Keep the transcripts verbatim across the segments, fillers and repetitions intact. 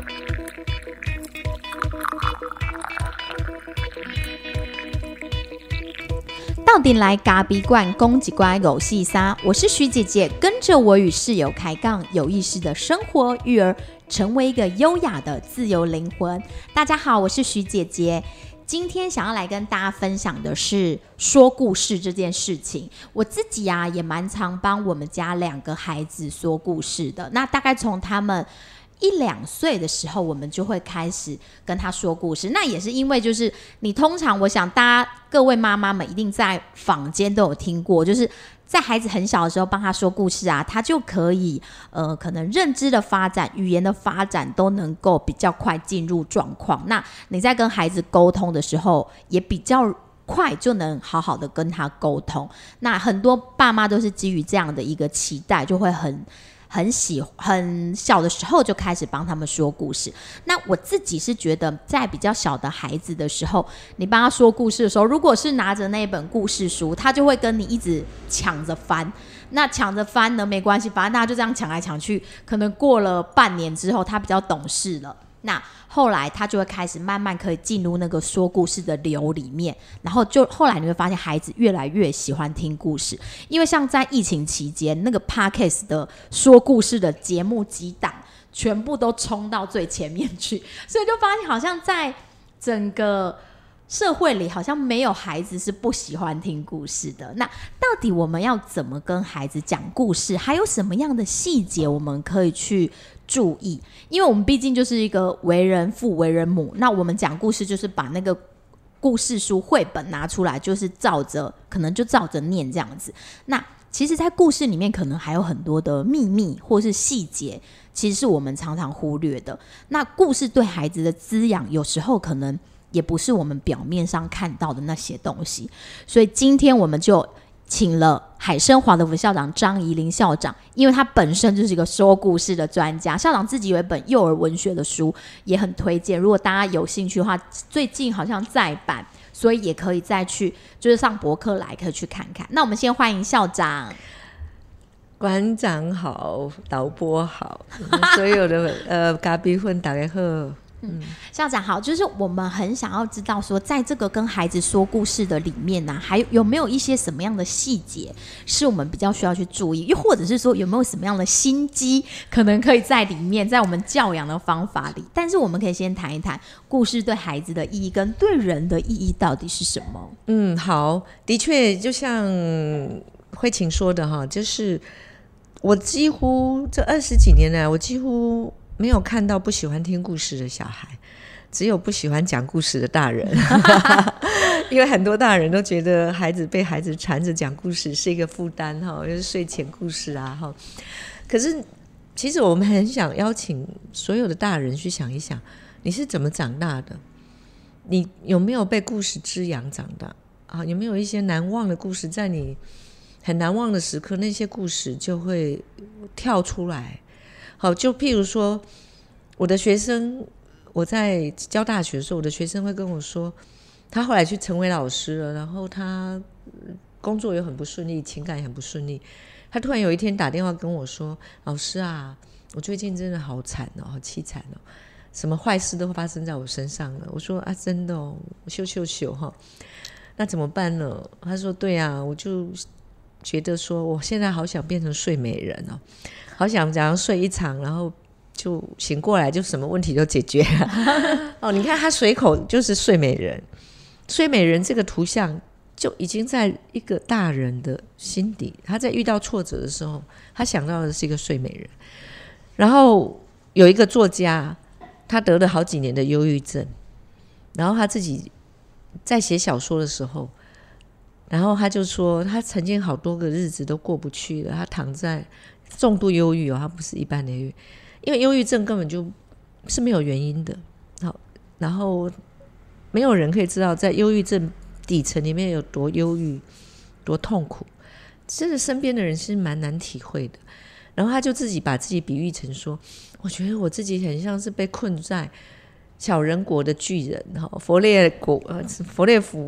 到底来咖比罐公几乖狗细沙，我是徐姐姐，跟着我与室友开杠，有意识的生活育儿，成为一个优雅的自由灵魂。大家好，我是徐姐姐。今天想要来跟大家分享的是说故事这件事情。我自己啊也蛮常帮我们家两个孩子说故事的，那大概从他们一两岁的时候，我们就会开始跟他说故事。那也是因为就是你通常我想大家各位妈妈们一定在坊间都有听过，就是在孩子很小的时候帮他说故事啊，他就可以呃，可能认知的发展、语言的发展都能够比较快进入状况。那你在跟孩子沟通的时候也比较快就能好好的跟他沟通。那很多爸妈都是基于这样的一个期待，就会很很喜很小的时候就开始帮他们说故事。那我自己是觉得在比较小的孩子的时候，你帮他说故事的时候，如果是拿着那本故事书，他就会跟你一直抢着翻。那抢着翻呢没关系，反正大家就这样抢来抢去，可能过了半年之后他比较懂事了，那后来他就会开始慢慢可以进入那个说故事的流里面，然后就后来你会发现孩子越来越喜欢听故事。因为像在疫情期间，那个 Podcast 的说故事的节目几档全部都冲到最前面去，所以就发现好像在整个社会里好像没有孩子是不喜欢听故事的。那到底我们要怎么跟孩子讲故事，还有什么样的细节我们可以去注意？因为我们毕竟就是一个为人父为人母，那我们讲故事就是把那个故事书绘本拿出来，就是照着可能就照着念这样子。那其实在故事里面可能还有很多的秘密或是细节，其实是我们常常忽略的。那故事对孩子的滋养有时候可能也不是我们表面上看到的那些东西。所以今天我们就请了海声华德福校长张怡玲校长，因为他本身就是一个说故事的专家，校长自己有一本幼儿文学的书也很推荐，如果大家有兴趣的话，最近好像再版，所以也可以再去就是上博客来可以去看看。那我们先欢迎校长。 馆长好，导播好，所有的呃咖比粉大家好。 嗯，校长好，就是我们很想要知道说，在这个跟孩子说故事的里面呢、啊，还有有没有一些什么样的细节是我们比较需要去注意，又或者是说有没有什么样的心机可能可以在里面，在我们教养的方法里。但是我们可以先谈一谈故事对孩子的意义跟对人的意义到底是什么。 嗯，好，的确就像慧琴说的哈，就是我几乎这二十几年来，我几乎没有看到不喜欢听故事的小孩，只有不喜欢讲故事的大人因为很多大人都觉得孩子被孩子缠着讲故事是一个负担，就是睡前故事啊。可是其实我们很想邀请所有的大人去想一想，你是怎么长大的，你有没有被故事滋养长大啊？有没有一些难忘的故事，在你很难忘的时刻，那些故事就会跳出来。好，就譬如说我的学生，我在教大学的时候，我的学生会跟我说，他后来去成为老师了，然后他工作也很不顺利，情感也很不顺利，他突然有一天打电话跟我说，老师啊，我最近真的好惨哦，好凄惨哦，什么坏事都发生在我身上了。我说啊，真的哦，羞羞羞哈，那怎么办呢？他说对啊，我就觉得说我现在好想变成睡美人哦，好想这样睡一场，然后就醒过来，就什么问题都解决了哦，你看他随口就是睡美人，睡美人这个图像就已经在一个大人的心底，他在遇到挫折的时候，他想到的是一个睡美人。然后有一个作家，他得了好几年的忧郁症，然后他自己在写小说的时候，然后他就说他曾经好多个日子都过不去了，他躺在重度忧郁哦，他不是一般的忧郁，因为忧郁症根本就是没有原因的。好，然后没有人可以知道在忧郁症底层里面有多忧郁多痛苦，真的身边的人是蛮难体会的。然后他就自己把自己比喻成说，我觉得我自己很像是被困在小人国的巨人，佛列国佛列府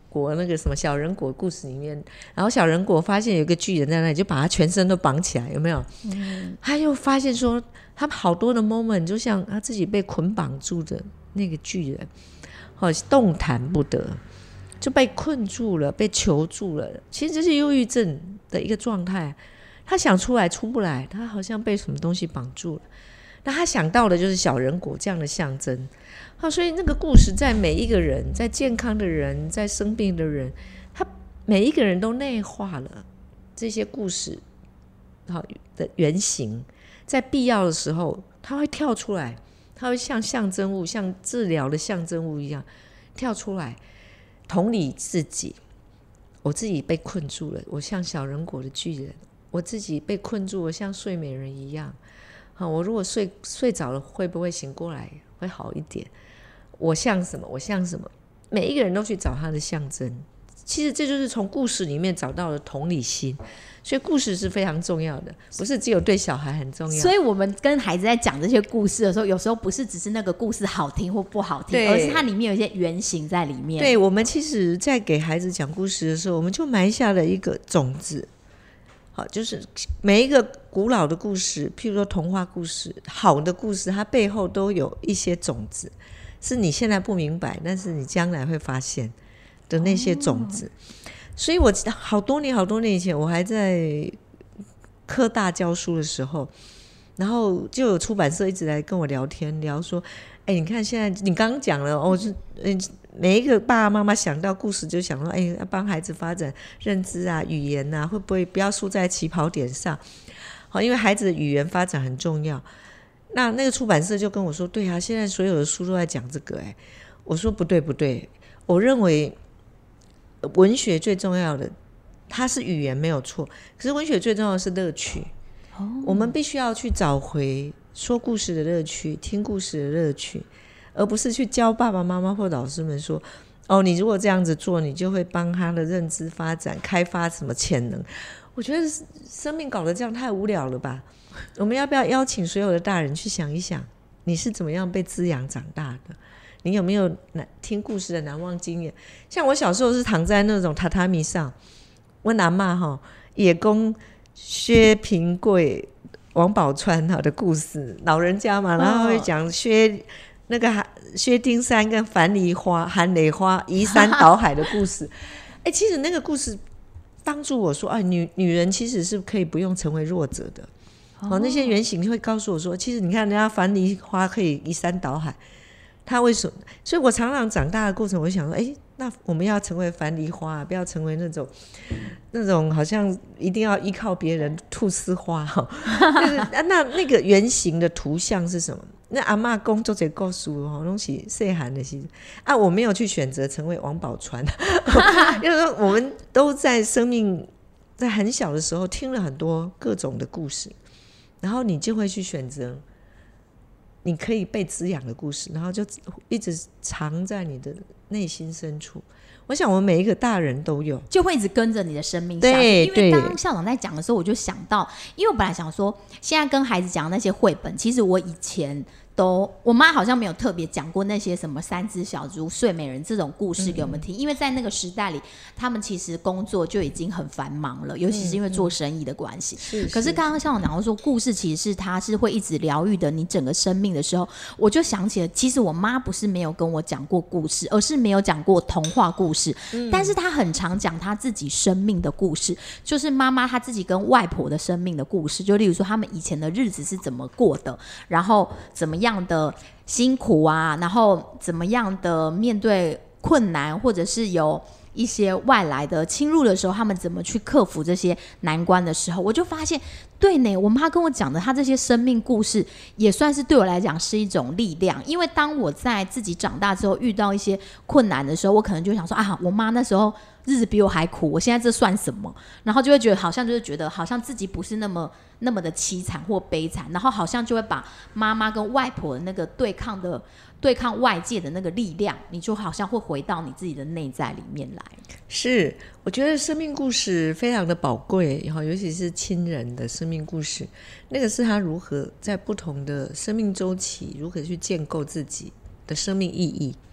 国那个什么小人国故事里面，然后小人国发现有一个巨人在那里，就把他全身都绑起来，有没有？嗯，他又发现说他们好多的 moment 就像他自己被捆绑住的那个巨人，哦，动弹不得，就被困住了，被囚住了。其实这是忧郁症的一个状态，他想出来出不来，他好像被什么东西绑住了。那他想到的就是小人国这样的象征，啊，所以那个故事在每一个人，在健康的人，在生病的人，他每一个人都内化了这些故事好的原型，在必要的时候他会跳出来，他会像象征物，像治疗的象征物一样跳出来，同理自己。我自己被困住了，我像小人国的巨人；我自己被困住，我像睡美人一样。好，我如果睡睡着了，会不会醒过来会好一点？我像什么？我像什么？每一个人都去找他的象征。其实这就是从故事里面找到了同理心，所以故事是非常重要的，不是只有对小孩很重要。 所以我们跟孩子在讲这些故事的时候，有时候不是只是那个故事好听或不好听，而是它里面有一些原型在里面。 对，我们其实在给孩子讲故事的时候，我们就埋下了一个种子。好，就是每一个古老的故事，譬如说童话故事，好的故事，它背后都有一些种子，是你现在不明白，但是你将来会发现的那些种子。哦，所以我好多年好多年以前，我还在科大教书的时候，然后就有出版社一直来跟我聊天，聊说，哎，你看现在你刚刚讲了，哦，是嗯。每一个爸爸妈妈想到故事就想说，哎，要帮孩子发展认知啊、语言啊，会不会不要输在起跑点上？好，因为孩子的语言发展很重要。那那个出版社就跟我说，对啊，现在所有的书都在讲这个。哎，我说不对不对，我认为文学最重要的，它是语言没有错，可是文学最重要的是乐趣。哦，我们必须要去找回说故事的乐趣，听故事的乐趣。而不是去教爸爸妈妈或老师们说，哦，你如果这样子做，你就会帮他的认知发展开发什么潜能。我觉得生命搞得这样太无聊了吧。我们要不要邀请所有的大人去想一想，你是怎么样被滋养长大的，你有没有听故事的难忘经验？像我小时候是躺在那种榻榻米上，我阿嬷也讲薛平贵王宝钏的故事，老人家嘛，然后会讲薛那个薛丁山跟樊梨花、韩蕾花移山倒海的故事。哎，其实那个故事帮助我说，哎，女女人其实是可以不用成为弱者的。哦，那些原型会告诉我说，其实你看人家樊梨花可以移山倒海，他为什么？所以我常常长大的过程，我就想说，哎，那我们要成为樊梨花，不要成为那种那种好像一定要依靠别人菟丝花哈。就是那那个原型的图像是什么？那阿嬷讲做这故事哦，拢是细汉的时候啊，我没有去选择成为王宝钏，因为我们都在生命在很小的时候听了很多各种的故事，然后你就会去选择你可以被滋养的故事，然后就一直藏在你的内心深处。我想我们每一个大人都有， 就会一直跟着你的生命下去。因为刚刚校长在讲的时候，我就想到，因为我本来想说，现在跟孩子讲的那些绘本，其实我以前都，我妈好像没有特别讲过那些什么三只小猪、睡美人这种故事给我们听，嗯，因为在那个时代里，他们其实工作就已经很繁忙了，尤其是因为做生意的关系。嗯嗯，可是刚刚校长讲到说，故事其实是它是会一直疗愈的你整个生命的时候，我就想起了，其实我妈不是没有跟我讲过故事，而是没有讲过童话故事，嗯，但是她很常讲她自己生命的故事，就是妈妈她自己跟外婆的生命的故事，就例如说他们以前的日子是怎么过的，然后怎么样的辛苦啊，然后怎么样的面对困难，或者是有一些外来的侵入的时候，他们怎么去克服这些难关的时候，我就发现，对呢，我妈跟我讲的她这些生命故事也算是对我来讲是一种力量。因为当我在自己长大之后遇到一些困难的时候，我可能就想说啊，我妈那时候日子比我还苦，我现在这算什么？然后就会觉得好像就是觉得好像自己不是那么那么的凄惨或悲惨，然后好像就会把妈妈跟外婆的那个对抗的对抗外界的那个力量，你就好像会回到你自己的内在里面来。 是，我觉得生命故事非常的宝贵，尤其是亲人的生命故事，那个是他如何在不同的生命周期如何去建构自己的生命意义。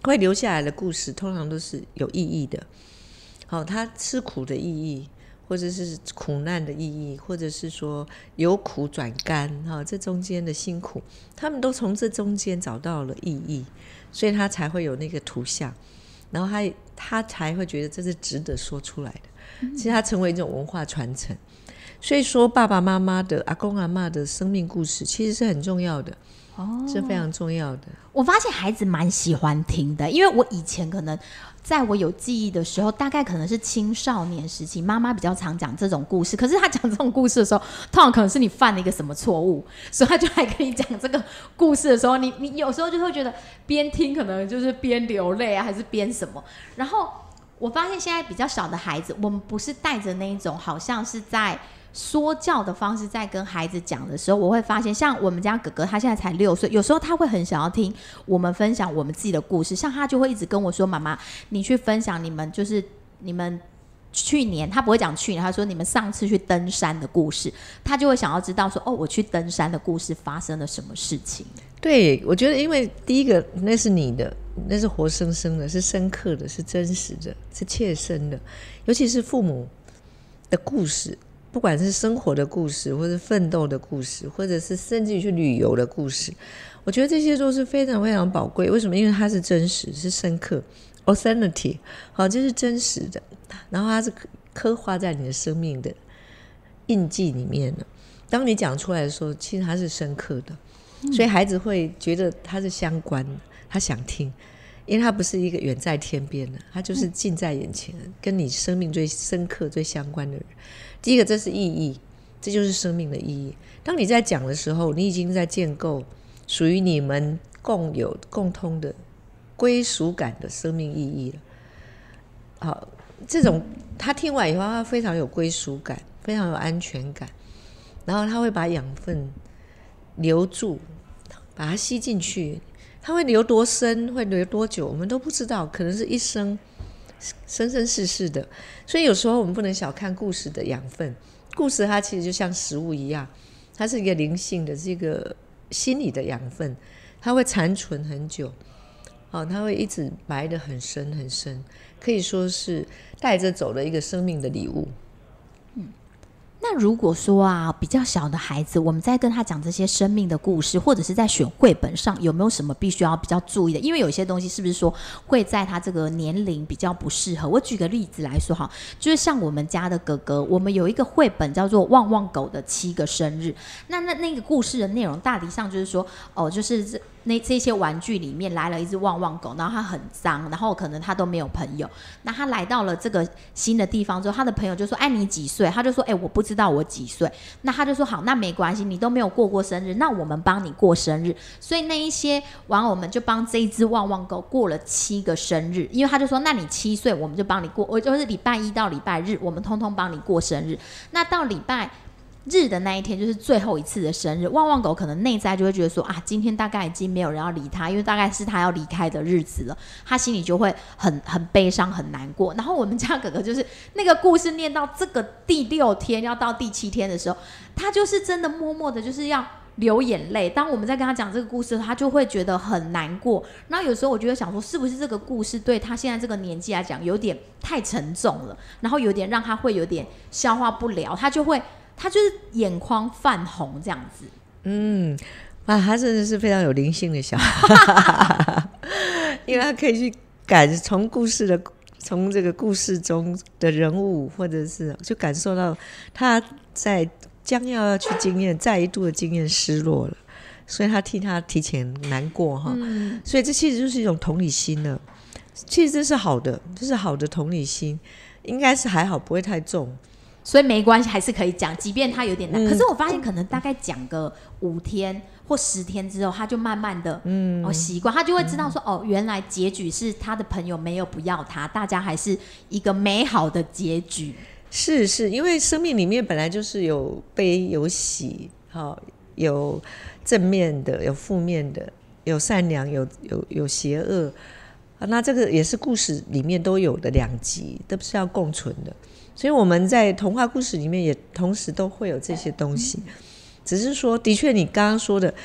会留下来的故事通常都是有意义的。好，他吃苦的意义，或者是苦难的意义，或者是说由苦转甘，这中间的辛苦，他们都从这中间找到了意义，所以他才会有那个图像，然后 他, 他才会觉得这是值得说出来的。其实它成为一种文化传承。所以说爸爸妈妈的阿公阿嬷的生命故事其实是很重要的，哦，是非常重要的。 我发现孩子蛮喜欢听的，因为我以前可能在我有记忆的时候，大概可能是青少年时期，妈妈比较常讲这种故事，可是她讲这种故事的时候，通常可能是你犯了一个什么错误，所以她就来跟你讲这个故事的时候，你你有时候就会觉得边听可能就是边流泪啊，还是边什么。然后我发现现在比较小的孩子，我们不是带着那一种好像是在说教的方式在跟孩子讲的时候，我会发现像我们家哥哥他现在才六岁，有时候他会很想要听我们分享我们自己的故事，像他就会一直跟我说，妈妈你去分享你们就是你们去年，他不会讲去年，他说你们上次去登山的故事，他就会想要知道说，哦，我去登山的故事发生了什么事情。 对，我觉得因为第一个那是你的，那是活生生的，是深刻的，是真实的，是切身的，尤其是父母的故事，不管是生活的故事，或是奋斗的故事，或者是甚至于去旅游的故事，我觉得这些都是非常非常宝贵。为什么？因为它是真实，是深刻 authenticity， 好，这是真实的，然后它是刻画在你的生命的印记里面的。当你讲出来的时候，其实它是深刻的，所以孩子会觉得它是相关的，他想听，因为它不是一个远在天边的，它就是近在眼前，跟你生命最深刻最相关的人。第一个，这是意义，这就是生命的意义。当你在讲的时候，你已经在建构属于你们共有共通的归属感的生命意义了。好，这种他听完以后，他非常有归属感，非常有安全感，然后他会把养分留住，把它吸进去。他会留多深，会留多久，我们都不知道，可能是一生生生世世的。所以有时候我们不能小看故事的养分，故事它其实就像食物一样，它是一个灵性的，是一个心理的养分，它会残存很久，哦，它会一直埋得很深很深，可以说是带着走了一个生命的礼物。 那如果说啊，比较小的孩子，我们在跟他讲这些生命的故事，或者是在选绘本上，有没有什么必须要比较注意的？因为有些东西是不是说会在他这个年龄比较不适合？我举个例子来说哈，就是像我们家的哥哥，我们有一个绘本叫做《旺旺狗的七个生日》，那那那个故事的内容大体上就是说，哦，就是这。那这些玩具里面来了一只旺旺狗，然后它很脏，然后可能它都没有朋友。那他来到了这个新的地方之后，他的朋友就说：“哎，你几岁？”他就说：“哎，我不知道我几岁。”那他就说：“好，那没关系，你都没有过过生日，那我们帮你过生日。”所以那一些完，我们就帮这一只旺旺狗过了七个生日，因为他就说：“那你七岁，我们就帮你过，我就是礼拜一到礼拜日，我们通通帮你过生日。那到礼拜日的那一天就是最后一次的生日，旺旺狗可能内在就会觉得说啊，今天大概已经没有人要理他，因为大概是他要离开的日子了，他心里就会很很悲伤很难过。然后我们家哥哥就是那个故事念到这个第六天要到第七天的时候，他就是真的默默的就是要流眼泪。当我们在跟他讲这个故事，他就会觉得很难过。然后有时候我就会想说，是不是这个故事对他现在这个年纪来讲有点太沉重了，然后有点让他会有点消化不了，他就会他就是眼眶泛红这样子。 嗯，啊，他真的是非常有灵性的小孩，因为他可以去感从故事的从这个故事中的人物，或者是就感受到他在将要要去经验再一度的经验失落了，所以他替他提前难过哈、嗯。所以这其实就是一种同理心了。其实这是好的，这是好的同理心，应该是还好，不会太重。 所以没关系，还是可以讲，即便他有点难、嗯。可是我发现，可能大概讲个五天或十天之后，他就慢慢的嗯哦习惯，他就会知道说、嗯、哦，原来结局是他的朋友没有不要他，大家还是一个美好的结局。 是是，因为生命里面本来就是有悲有喜，哦、有正面的，有负面的，有善良，有有有邪恶、啊。那这个也是故事里面都有的两极，都是要共存的。所以我们在童话故事里面也同时都会有这些东西，只是说的确你刚刚说的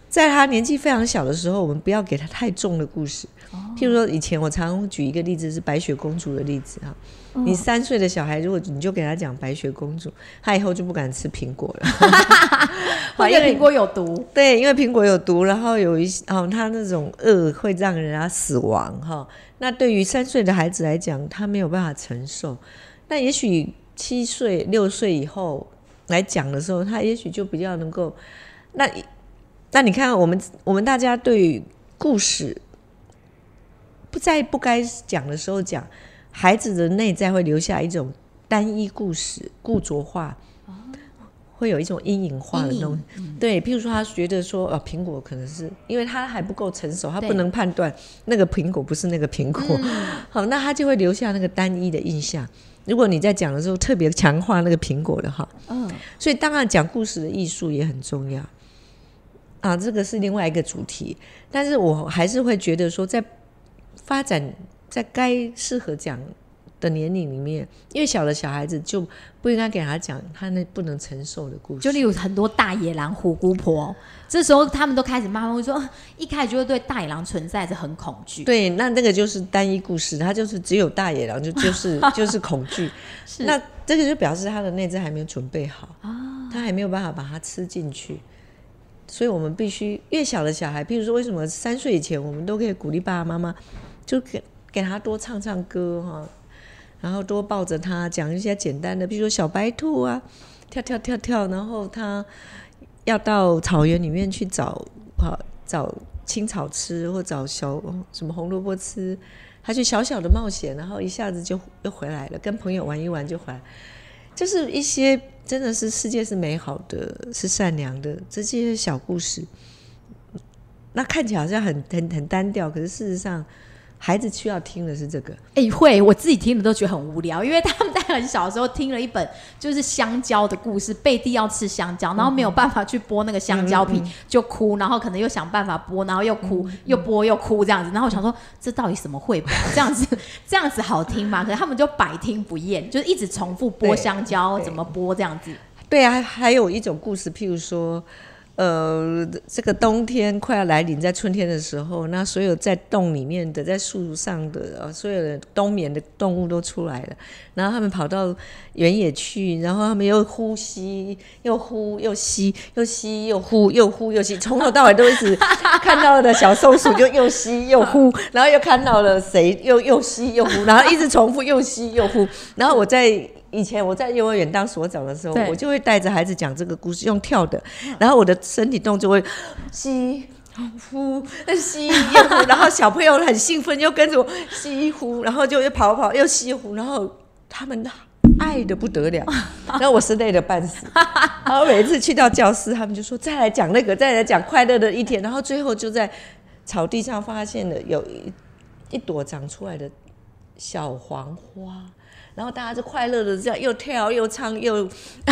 在他年纪非常小的时候，我们不要给他太重的故事。哦、譬如说，以前我常举一个例子是白雪公主的例子哈。哦、你三岁的小孩，如果你就给他讲白雪公主，他以后就不敢吃苹果了， 因为苹果有毒。 对，因为苹果有毒，然后有一哦，他那种恶会让人家死亡哈、哦。那对于三岁的孩子来讲，他没有办法承受。那也许七岁、六岁以后来讲的时候，他也许就比较能够。那那你看，我们我们大家对于故事不在不该讲的时候讲。孩子的内在会留下一种单一故事固着化、哦、会有一种阴影化的东西、嗯、对，譬如说他觉得说、呃、苹果可能是因为他还不够成熟，他不能判断那个苹果不是那个苹果、嗯、好，那他就会留下那个单一的印象。如果你在讲的时候特别强化那个苹果的话、嗯、所以当然讲故事的艺术也很重要啊，这个是另外一个主题。但是我还是会觉得说在发展在该适合讲的年龄里面，因为小的小孩子就不应该给他讲他那不能承受的故事。 就例如很多大野狼、虎姑婆，这时候他们都开始慢慢会说，一开始就会对大野狼存在着很恐惧。 对，那这个就是单一故事，他就是只有大野狼就就是就是恐惧。是，那这个就表示他的内在还没有准备好、啊、他还没有办法把它吃进去。所以我们必须越小的小孩，譬如说为什么三岁以前我们都可以鼓励爸爸妈妈就给给他多唱唱歌哈，然后多抱着他讲一些简单的，比如说小白兔啊，跳跳跳跳，然后他要到草原里面去找找青草吃，或找小什么红萝卜吃，他去小小的冒险，然后一下子就又回来了，跟朋友玩一玩就回来，就是一些真的是世界是美好的，是善良的这些小故事。那看起来好像很很很单调，可是事实上孩子需要听的是这个。 哎、欸，会，我自己听的都觉得很无聊，因为他们在很小的时候听了一本就是香蕉的故事，贝蒂要吃香蕉，然后没有办法去剥那个香蕉皮、嗯、就哭，然后可能又想办法剥，然后又哭、嗯、又剥又哭这样子，然后我想说这到底什么绘本、啊、这样子这样子好听吗？可是他们就百听不厌，就是一直重复剥香蕉怎么剥这样子。 对啊，还有一种故事，譬如说呃，这个冬天快要来临，在春天的时候，那所有在洞里面的，在树上的、呃、所有的冬眠的动物都出来了，然后他们跑到原野去，然后他们又呼吸，又呼又吸，又吸又呼，又呼又吸，从头到尾都一直看到的小松鼠就又吸又呼，然后又看到了谁又又吸又呼，然后一直重复又吸又呼。然后我在以前我在幼儿园当所长的时候，我就会带着孩子讲这个故事，用跳的，然后我的身体动作会吸呼吸又呼，然後小朋友很興奮又跟着我吸呼，然後就又跑跑又吸呼，然後他們愛得不得了，然後我是累得半死，然後每一次去到教室他們就說再來講那個，再來講快樂的一天，然後最後就在草地上發現了有 一, 一朵長出來的小黃花，然後大家就快樂的這樣又跳又唱又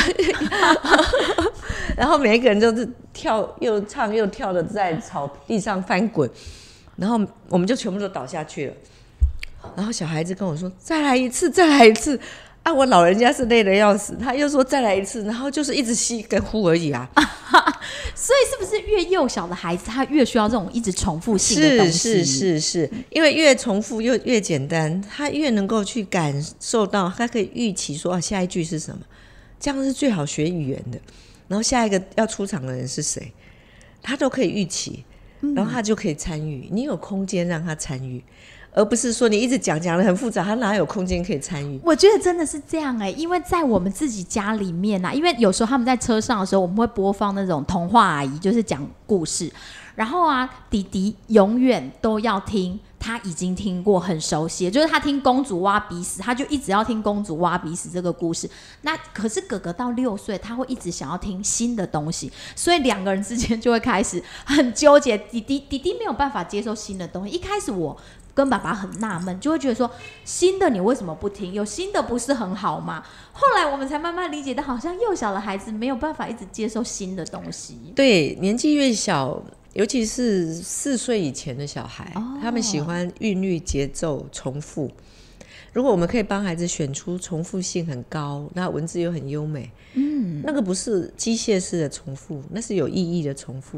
然後每一個人就是跳又唱又跳的在草地上翻滾，然後我們就全部都倒下去了，然後小孩子跟我說再來一次再來一次啊，我老人家是累得要死，他又說再來一次，然後就是一直吸跟呼而已啊所以是不是越幼小的孩子他越需要这种一直重复性的东西？ 是是是是，因为越重复又越简单，他越能够去感受到，他可以预期说、啊、下一句是什么，这样是最好学语言的，然后下一个要出场的人是谁，他都可以预期，然后他就可以参与、嗯、你有空间让他参与，而不是说你一直讲讲得很复杂，他哪有空间可以参与。 我觉得真的是这样、欸、因为在我们自己家里面啊，因为有时候他们在车上的时候我们会播放那种童话阿姨，就是讲故事，然后啊弟弟永远都要听他已经听过很熟悉，就是他听公主挖鼻屎他就一直要听公主挖鼻屎这个故事，那可是哥哥到六岁他会一直想要听新的东西，所以两个人之间就会开始很纠结，弟弟弟弟没有办法接受新的东西，一开始我跟爸爸很纳闷，就会觉得说新的你为什么不听，有新的不是很好吗？后来我们才慢慢理解到好像幼小的孩子没有办法一直接受新的东西。 对，年纪越小尤其是四岁以前的小孩、哦、他们喜欢韵律节奏重复，如果我们可以帮孩子选出重复性很高，那文字又很优美、嗯、那个不是机械式的重复，那是有意义的重复，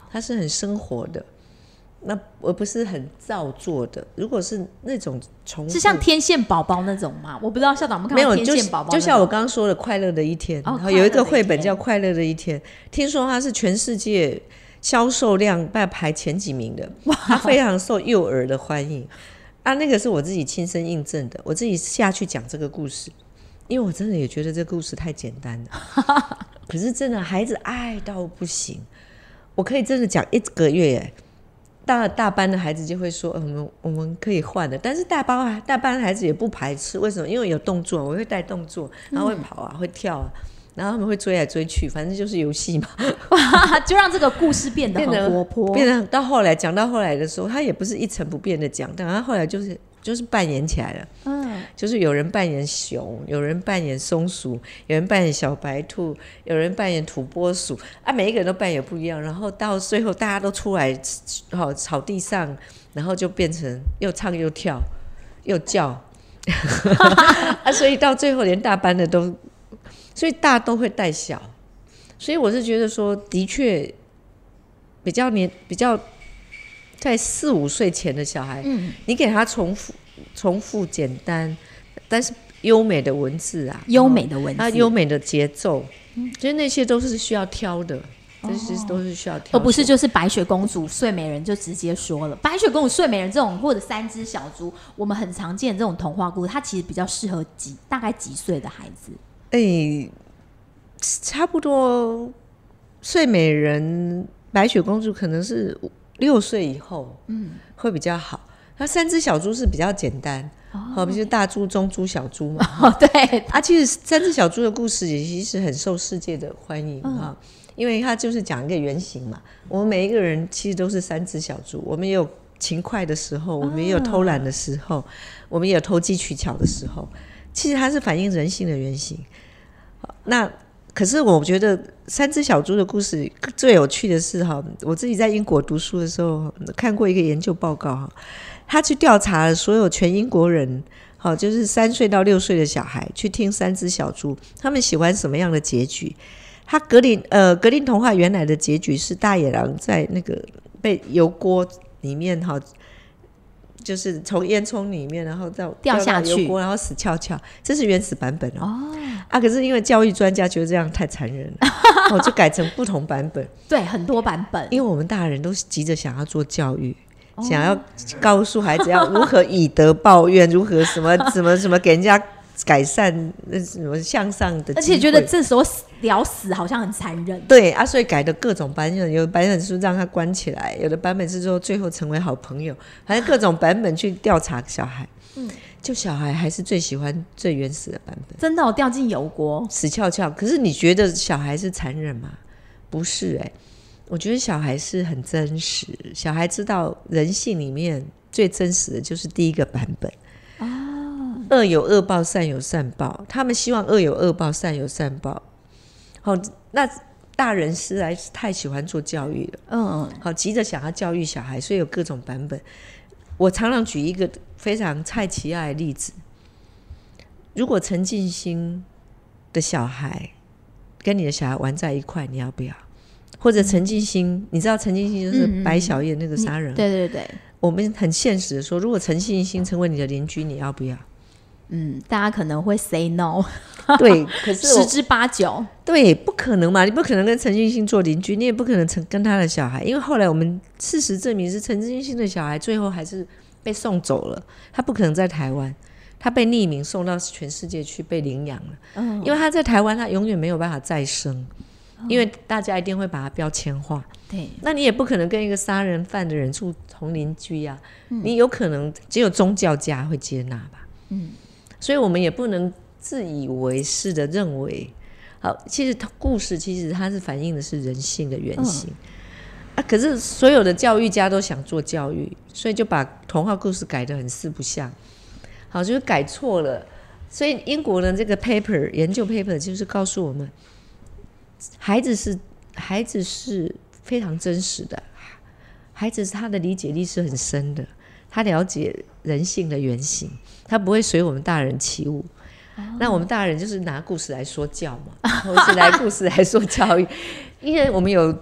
它是很生活的，那而不是很造作的。如果是那种重复， 是像天线宝宝那种吗？我不知道校长有没有看过天线宝宝， 就像我刚刚说的快乐的一天、哦、有一个绘本叫快乐的一天，听说它是全世界销售量排前几名的，它非常受幼儿的欢迎啊。那个是我自己亲身印证的，我自己下去讲这个故事，因为我真的也觉得这个故事太简单了可是真的孩子爱到不行，我可以真的讲一个月耶，大大班的孩子就会说、呃、我们我们可以换的，但是大班大班的孩子也不排斥，为什么？因为有动作，我会带动作，然后会跑啊、嗯、会跳啊，然后他们会追来追去，反正就是游戏嘛就让这个故事变得很活泼， 变得到后来讲到后来的时候，他也不是一成不变的讲，但他后来就是就是扮演起来了，嗯，就是有人扮演熊，有人扮演松鼠，有人扮演小白兔，有人扮演土拨鼠啊，每一个人都扮演不一样，然后到最后大家都出来、哦、草地上，然后就变成又唱又跳又叫啊，所以到最后连大班的都，所以大都会带小，所以我是觉得说，的确比较年比较在四五岁前的小孩、嗯、你给他重复重复简单但是优美的文字啊， 优美的文字， 啊，优美的节奏，嗯，所以那些都是需要挑的，这些都是需要挑的， 而不是就是白雪公主、睡美人就直接说了。白雪公主、睡美人这种，或者三只小猪，我们很常见这种童话故事，它其实比较适合几大概几岁的孩子？哎、 欸，差不多睡美人、白雪公主可能是六岁以后，嗯，会比较好。那三只小猪是比较简单，哦，比如大猪、中猪、小猪嘛。 哦，对啊，其实三只小猪的故事也其实很受世界的欢迎哈、嗯，因为它就是讲一个原型嘛。我们每一个人其实都是三只小猪，我们也有勤快的时候，我们也有偷懒的时候，我们也有投机取巧的时候。其实它是反映人性的原型。那可是我觉得三只小猪的故事最有趣的是哈，我自己在英国读书的时候看过一个研究报告哈，他去调查了所有全英国人，好，就是三岁到六岁的小孩去听三只小猪，他们喜欢什么样的结局？他格林呃格林童话原来的结局是大野狼在那个被油锅里面哈。就是从烟囱里面，然后到掉下去， 油锅，然后死翘翘，这是原始版本 哦, 哦啊！可是因为教育专家觉得这样太残忍了，我、哦、就改成不同版本。 对，很多版本，因为我们大人都急着想要做教育，哦、想要告诉孩子要如何以德报怨，如何什么什么什么给人家改善，什么向上的， 而且觉得这时候聊死好像很残忍。 对啊，所以改的各种版本，有的版本是让他关起来，有的版本是说最后成为好朋友，反正各种版本去调查小孩。嗯，就小孩还是最喜欢最原始的版本。 真的、哦，掉进油锅， 死翘翘。可是你觉得小孩是残忍吗？不是哎、欸，我觉得小孩是很真实。小孩知道人性里面最真实的就是第一个版本。哦，恶有恶报，善有善报。他们希望恶有恶报，善有善报。好，那大人实在是太喜欢做教育了，嗯，好，急着想要教育小孩，所以有各种版本。我常常举一个非常蔡奇亚的例子，如果陈进兴的小孩跟你的小孩玩在一块，你要不要？或者陈进兴、嗯、你知道陈进兴就是白小燕那个杀人、嗯嗯、 对对对， 我们很现实的说，如果陈进兴成为你的邻居，你要不要？ 嗯，大家可能会 say no 对，可是十之八九， 对，不可能嘛，你不可能跟陈进兴做邻居，你也不可能跟他的小孩，因为后来我们事实证明是陈进兴的小孩最后还是被送走了，他不可能在台湾，他被匿名送到全世界去被领养了、嗯、因为他在台湾他永远没有办法再生、嗯、因为大家一定会把他标签化，对，那你也不可能跟一个杀人犯的人住同邻居啊、嗯、你有可能只有宗教家会接纳吧，嗯，所以我们也不能自以为是的认为，好，其实故事其实它是反映的是人性的原型、嗯啊、可是所有的教育家都想做教育，所以就把童话故事改得很四不像，好，就是改错了。所以英国的这个 paper 研究 paper 就是告诉我们，孩子是孩子是非常真实的，孩子他的理解力是很深的，他了解人性的原型，他不会随我们大人起舞、哦、那我们大人就是拿故事来说教嘛，或是拿故事来说教育因为我们有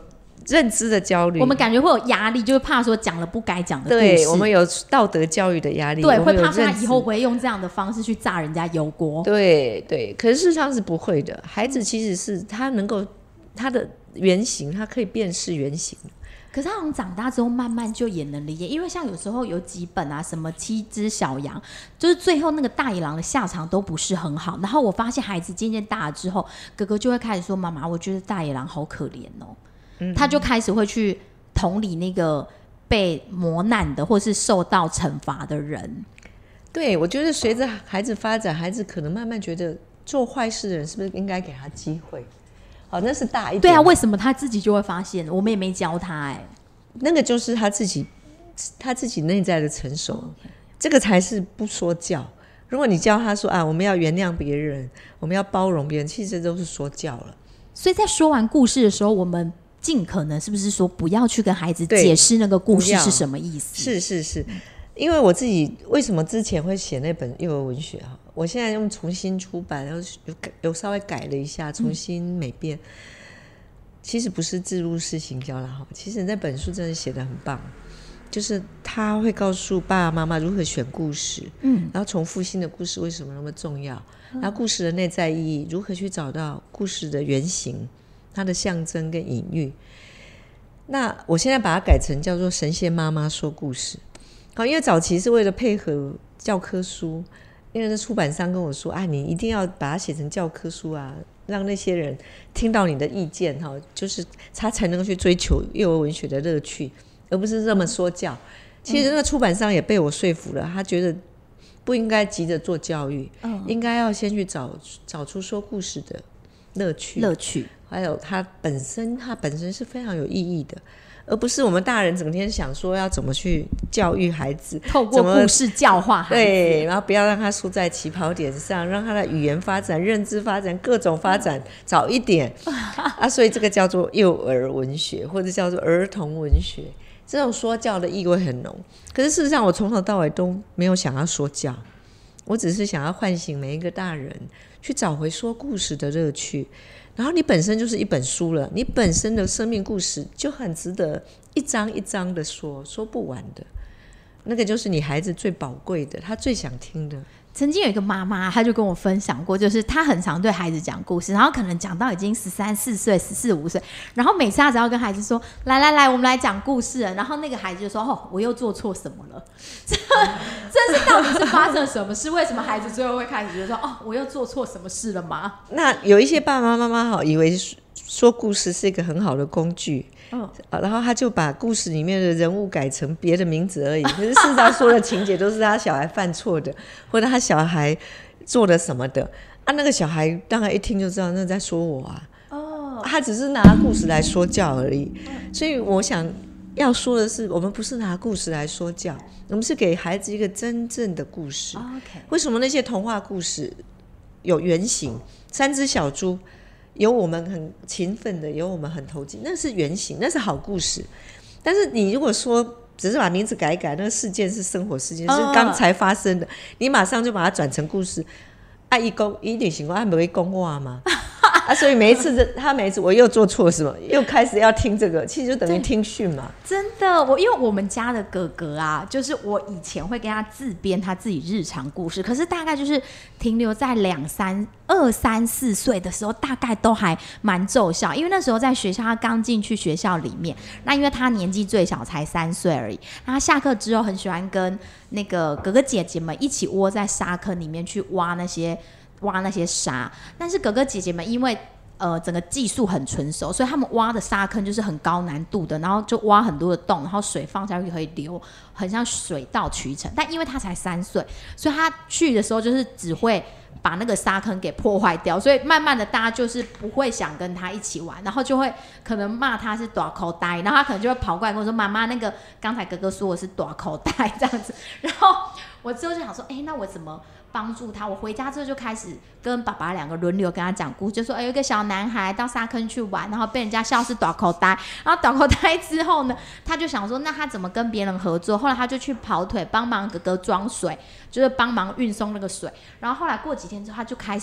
认知的焦虑， 我们感觉会有压力，就是怕说讲了不该讲的故事， 对，我们有道德教育的压力， 对， 我会怕说他以以后不会用这样的方式去炸人家油锅， 对对，可是事实上是不会的。孩子其实是他能够他的原型，他可以辨识原型。 可是他好像长大之后慢慢就也能理解，因为像有时候有几本啊，什么七只小羊，就是最后那个大野狼的下场都不是很好。然后我发现孩子渐渐大了之后，哥哥就会开始说：“妈妈，我觉得大野狼好可怜哦。嗯”他就开始会去同理那个被磨难的，或是受到惩罚的人。 对，我觉得随着孩子发展，孩子可能慢慢觉得做坏事的人是不是应该给他机会？好，那是大一点。 对啊，为什么他自己就会发现？我们也没教他哎、欸， 那个就是他自己他自己内在的成熟， okay. 这个才是不说教。如果你教他说啊，我们要原谅别人，我们要包容别人，其实这都是说教了。 所以在说完故事的时候，我们尽可能是不是说不要去跟孩子解释那个故事是什么意思？ 是是是，因为我自己为什么之前会写那本幼儿文学，我现在用重新出版，然后 有, 有稍微改了一下，重新美编、嗯、其实不是置入式行销啦，其实那本书真的写得很棒，就是他会告诉爸爸妈妈如何选故事，嗯，然后重复性的故事为什么那么重要、嗯、然后故事的内在意义，如何去找到故事的原型，它的象征跟隐喻。那我现在把它改成叫做神仙妈妈说故事，好，因为早期是为了配合教科书，因为那出版商跟我说，啊，你一定要把它写成教科书啊，让那些人听到你的意见，就是他才能够去追求幼儿文学的乐趣，而不是这么说教。其实那个出版商也被我说服了，他觉得不应该急着做教育、嗯、应该要先去 找, 找出说故事的乐趣乐趣还有它本身它本身是非常有意义的，而不是我们大人整天想说要怎么去教育孩子， 透过故事教化孩子， 对，然后不要让他输在起跑点上，让他的语言发展、认知发展、各种发展早一点啊，所以这个叫做幼儿文学，或者叫做儿童文学，这种说教的意味很浓。可是事实上我从头到尾都没有想要说教，我只是想要唤醒每一个大人去找回说故事的乐趣。然后你本身就是一本书了，你本身的生命故事就很值得一章一章的说，说不完的，那个就是你孩子最宝贵的，他最想听的。 曾经有一个妈妈，她就跟我分享过，就是她很常对孩子讲故事，然后可能讲到已经十三四岁、十四五岁，然后每次她只要跟孩子说：“来来来，我们来讲故事了。”然后那个孩子就说：“哦，我又做错什么了？”这这是到底是发生了什么事？为什么孩子最后会开始就说：“哦，我又做错什么事了吗？” 那有一些爸爸妈妈好以为说故事是一个很好的工具。嗯、然后他就把故事里面的人物改成别的名字而已，可是事实上说的情节都是他小孩犯错的，或者他小孩做了什么的啊，那个小孩当然一听就知道那在说我啊、哦、他只是拿故事来说教而已、嗯、所以我想要说的是，我们不是拿故事来说教，我们是给孩子一个真正的故事、哦 okay、为什么那些童话故事有原型，三只小猪有我们很勤奋的，有我们很投机，那是原型，那是好故事。但是你如果说只是把名字改一改，那个事件是生活事件、哦、是刚才发生的，你马上就把它转成故事啊，一公一女行官不会公话吗啊，所以每一次他每一次我又做错什么，又开始要听这个，其实就等于听训嘛。 真的，我因为我们家的哥哥啊，就是我以前会跟他自编他自己日常故事，可是大概就是停留在两三二三四岁的时候，大概都还蛮奏效，因为那时候在学校，他刚进去学校里面，那因为他年纪最小，才三岁而已，那他下课之后很喜欢跟那个哥哥姐姐们一起窝在沙坑里面去挖那些。挖那些沙，但是哥哥姐姐们因为呃整个技术很纯熟，所以他们挖的沙坑就是很高难度的，然后就挖很多的洞，然后水放下去可以流，很像水到渠成。但因为他才三岁，所以他去的时候就是只会把那个沙坑给破坏掉，所以慢慢的大家就是不会想跟他一起玩，然后就会可能骂他是大口呆，然后他可能就会跑过来跟我说：“妈妈，那个刚才哥哥说我是大口呆这样子。”然后我之后就想说：“哎，那我怎么帮助他？”我回家之后就开始跟爸爸两个轮流跟他讲故事，就说：“哎，有一个小男孩到沙坑去玩，然后被人家笑是大口呆，然后大口呆之后呢，他就想说，那他怎么跟别人合作？后来他就去跑腿帮忙哥哥装水，就是帮忙运送那个水。然后后来过几天之后，他就开始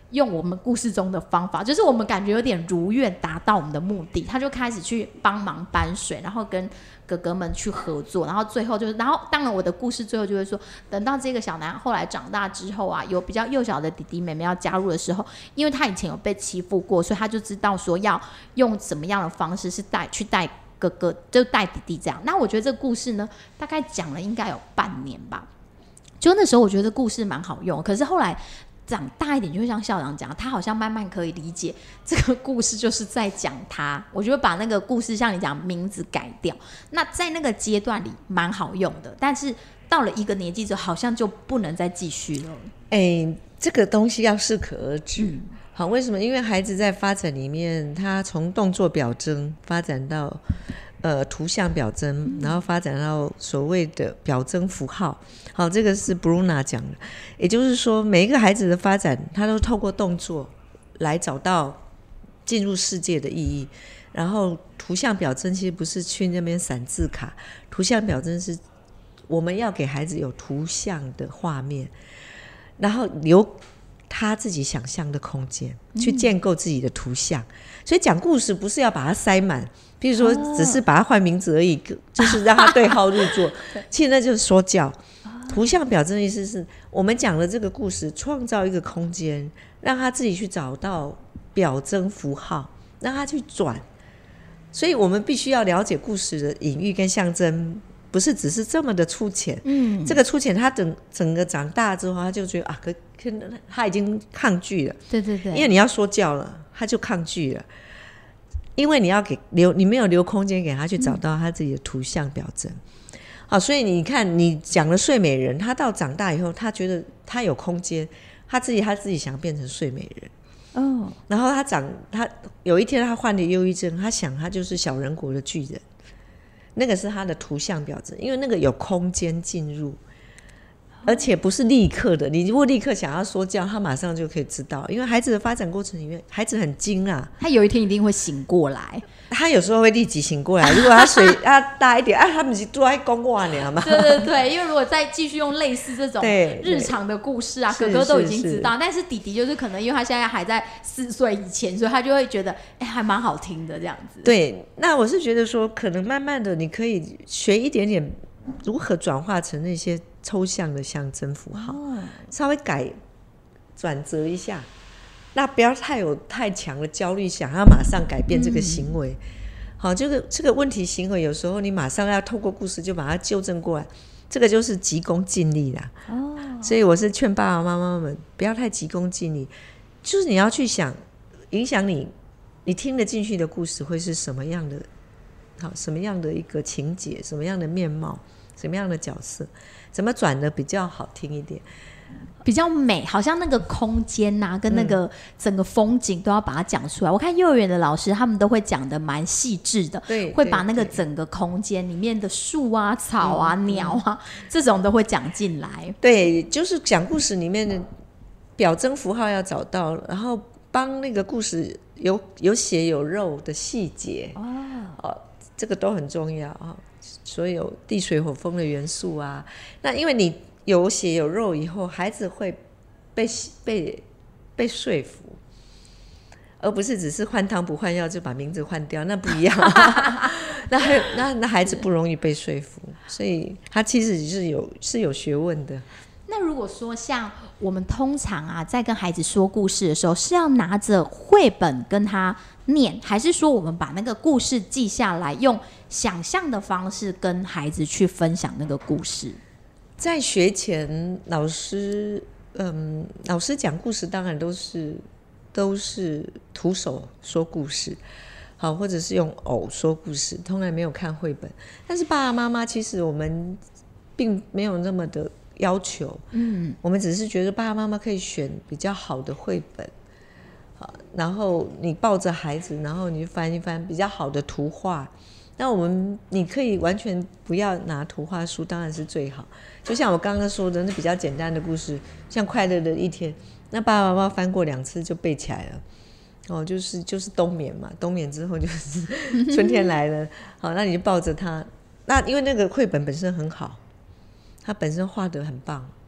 用我们故事中的方法，就是我们感觉有点如愿达到我们的目的，他就开始去帮忙搬水，然后跟哥哥们去合作，然后最后就是，然后当然我的故事最后就会说，等到这个小男孩后来长大之后啊，有比较幼小的弟弟妹妹要加入的时候，因为他以前有被欺负过，所以他就知道说要用什么样的方式是带去带哥哥，就带弟弟这样。那我觉得这个故事呢，大概讲了应该有半年吧，就那时候我觉得故事蛮好用，可是后来长大一点，就会像校长讲，他好像慢慢可以理解这个故事就是在讲他。我觉得把那个故事像你讲名字改掉，那在那个阶段里蛮好用的，但是到了一个年纪之后，好像就不能再继续了。 哎，这个东西要适可而止。 嗯， 好，为什么？因为孩子在发展里面，他从动作表征发展到呃图像表征，然后发展到所谓的表征符号。好，这个是 Bruna 讲的，也就是说，每一个孩子的发展，他都透过动作来找到进入世界的意义。然后图像表征其实不是去那边散字卡，图像表征是我们要给孩子有图像的画面，然后留他自己想象的空间，去建构自己的图像。嗯，所以讲故事不是要把它塞满，比如说只是把它换名字而已，哦，就是让他对号入座其实那就是说教。图像表征的意思是我们讲的这个故事创造一个空间，让他自己去找到表征符号，让他去转。所以我们必须要了解故事的隐喻跟象征，不是只是这么的粗浅。嗯，这个粗浅他整整个长大之后，他就觉得啊，可可他已经抗拒了。 对对对， 因为你要说教了，他就抗拒了。因为你要给留，你没有留空间给他去找到他自己的图像表征。嗯，好，所以你看，你讲了睡美人，他到长大以后，他觉得他有空间，他自己他自己想变成睡美人。哦，然后他长，他有一天他患了忧郁症，他想他就是小人国的巨人，那个是他的图像表征，因为那个有空间进入，而且不是立刻的。你如果立刻想要说教，他马上就可以知道，因为孩子的发展过程里面，孩子很精啊， 他有一天一定会醒过来。 他有时候会立即醒过来，如果他水要大一点啊，他们是都在讲话呢嘛。 对对对，因为如果再继续用类似这种日常的故事啊，哥哥都已经知道，但是弟弟就是可能因为他现在还在四岁以前，所以他就会觉得哎，还蛮好听的这样子。 对，那我是觉得说，可能慢慢的你可以学一点点如何转化成那些抽象的象征符号，哦，稍微改转折一下。那不要太有太强的焦虑，想要马上改变这个行为。嗯，好，这个这个问题行为有时候你马上要透过故事就把它纠正过来，这个就是急功近利啦。哦，所以我是劝爸爸妈妈们不要太急功近利，就是你要去想，影响你你听得进去的故事会是什么样的，好，什么样的一个情节，什么样的面貌，什么样的角色，怎么转的比较好听一点， 比较美，好像那个空间啊跟那个整个风景都要把它讲出来。我看幼儿园的老师他们都会讲的蛮细致的， 对， 会把那个整个空间里面的树啊草啊、嗯、鸟啊这种都会讲进来。 对，就是讲故事里面的表征符号要找到，然后帮那个故事有有血有肉的细节、哦哦、这个都很重要、哦、所有地水火风的元素啊，那因为你有血有肉以后，孩子会被被被说服，而不是只是换汤不换药就把名字换掉，那不一样那, 那, 那孩子不容易被说服，所以他其实是有是有学问的。 那如果说像我们通常啊在跟孩子说故事的时候，是要拿着绘本跟他念，还是说我们把那个故事记下来，用想象的方式跟孩子去分享那个故事？ 在学前老师嗯，老师讲故事当然都是都是徒手说故事，好，或者是用偶说故事，从来没有看绘本。但是爸爸妈妈其实我们并没有那么的要求，嗯，我们只是觉得爸爸妈妈可以选比较好的绘本，好，然后你抱着孩子，然后你翻一翻比较好的图画。那我们你可以完全不要拿图画书，当然是最好。就像我刚刚说的那比较简单的故事，像快乐的一天，那爸爸妈妈翻过两次就背起来了。哦，就是就是冬眠嘛，冬眠之后就是春天来了，好，那你就抱着它。那因为那个绘本本身很好，它本身画得很棒，